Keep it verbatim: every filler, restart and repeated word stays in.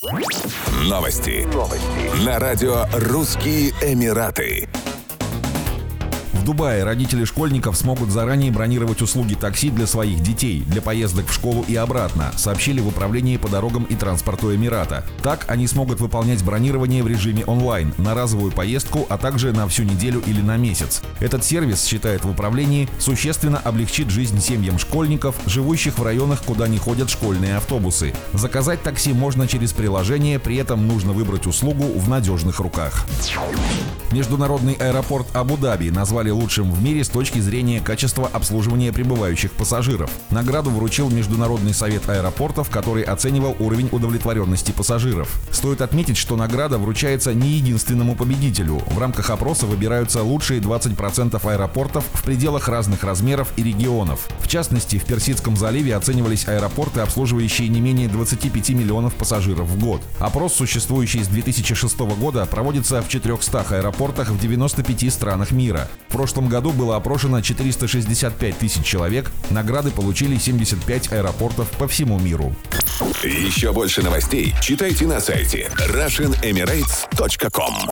Новости. Новости. На радио «Русские Эмираты». В Дубае родители школьников смогут заранее бронировать услуги такси для своих детей, для поездок в школу и обратно, сообщили в Управлении по дорогам и транспорту Эмирата. Так они смогут выполнять бронирование в режиме онлайн, на разовую поездку, а также на всю неделю или на месяц. Этот сервис, считает в управлении, существенно облегчит жизнь семьям школьников, живущих в районах, куда не ходят школьные автобусы. Заказать такси можно через приложение, при этом нужно выбрать услугу в надежных руках. Международный аэропорт Абу-Даби назвали лучшим в мире с точки зрения качества обслуживания прибывающих пассажиров. Награду вручил Международный совет аэропортов, который оценивал уровень удовлетворенности пассажиров. Стоит отметить, что награда вручается не единственному победителю. В рамках опроса выбираются лучшие двадцать процентов аэропортов в пределах разных размеров и регионов. В частности, в Персидском заливе оценивались аэропорты, обслуживающие не менее двадцати пяти миллионов пассажиров в год. Опрос, существующий с две тысячи шестого года, проводится в четырехстах аэропортах в девяноста пяти странах мира. В прошлом году было опрошено четыреста шестьдесят пять тысяч человек. Награды получили семьдесят пять аэропортов по всему миру. Еще больше новостей читайте на сайте Russian Emirates точка ком.